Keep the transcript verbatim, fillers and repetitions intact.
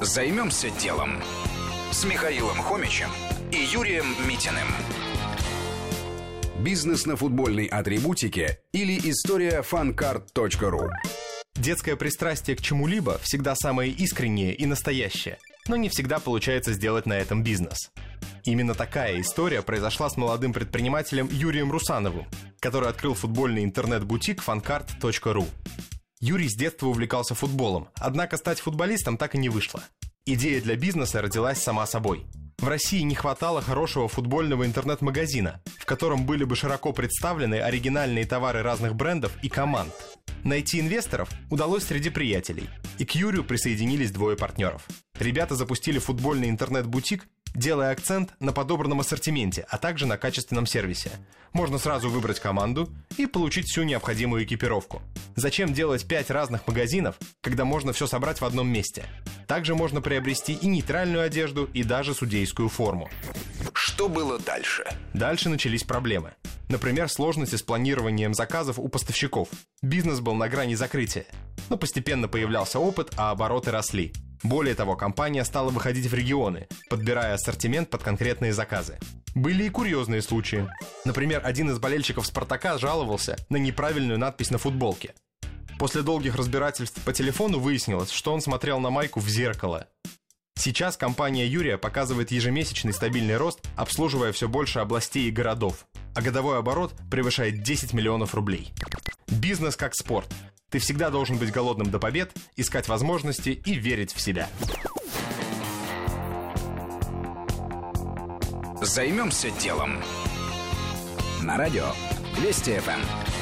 Займемся делом с Михаилом Хомичем и Юрием Митиным. Бизнес на футбольной атрибутике или история фанкарт точка ру. Детское пристрастие к чему-либо всегда самое искреннее и настоящее, но не всегда получается сделать на этом бизнес. Именно такая история произошла с молодым предпринимателем Юрием Русановым, который открыл футбольный интернет-бутик фанкарт точка ру. Юрий с детства увлекался футболом, однако стать футболистом так и не вышло. Идея для бизнеса родилась сама собой. В России не хватало хорошего футбольного интернет-магазина, в котором были бы широко представлены оригинальные товары разных брендов и команд. Найти инвесторов удалось среди приятелей, и к Юрию присоединились двое партнеров. Ребята запустили футбольный интернет-бутик, делая акцент на подобранном ассортименте, а также на качественном сервисе. Можно сразу выбрать команду и получить всю необходимую экипировку. Зачем делать пять разных магазинов, когда можно все собрать в одном месте? Также можно приобрести и нейтральную одежду, и даже судейскую форму. Что было дальше? Дальше начались проблемы. Например, сложности с планированием заказов у поставщиков. Бизнес был на грани закрытия. Но постепенно появлялся опыт, а обороты росли. Более того, компания стала выходить в регионы, подбирая ассортимент под конкретные заказы. Были и курьезные случаи. Например, один из болельщиков «Спартака» жаловался на неправильную надпись на футболке. После долгих разбирательств по телефону выяснилось, что он смотрел на майку в зеркало. Сейчас компания Юрия показывает ежемесячный стабильный рост, обслуживая все больше областей и городов, а годовой оборот превышает десять миллионов рублей. Бизнес как спорт. Ты всегда должен быть голодным до побед, искать возможности и верить в себя. Займемся делом. На радио Вести эф эм.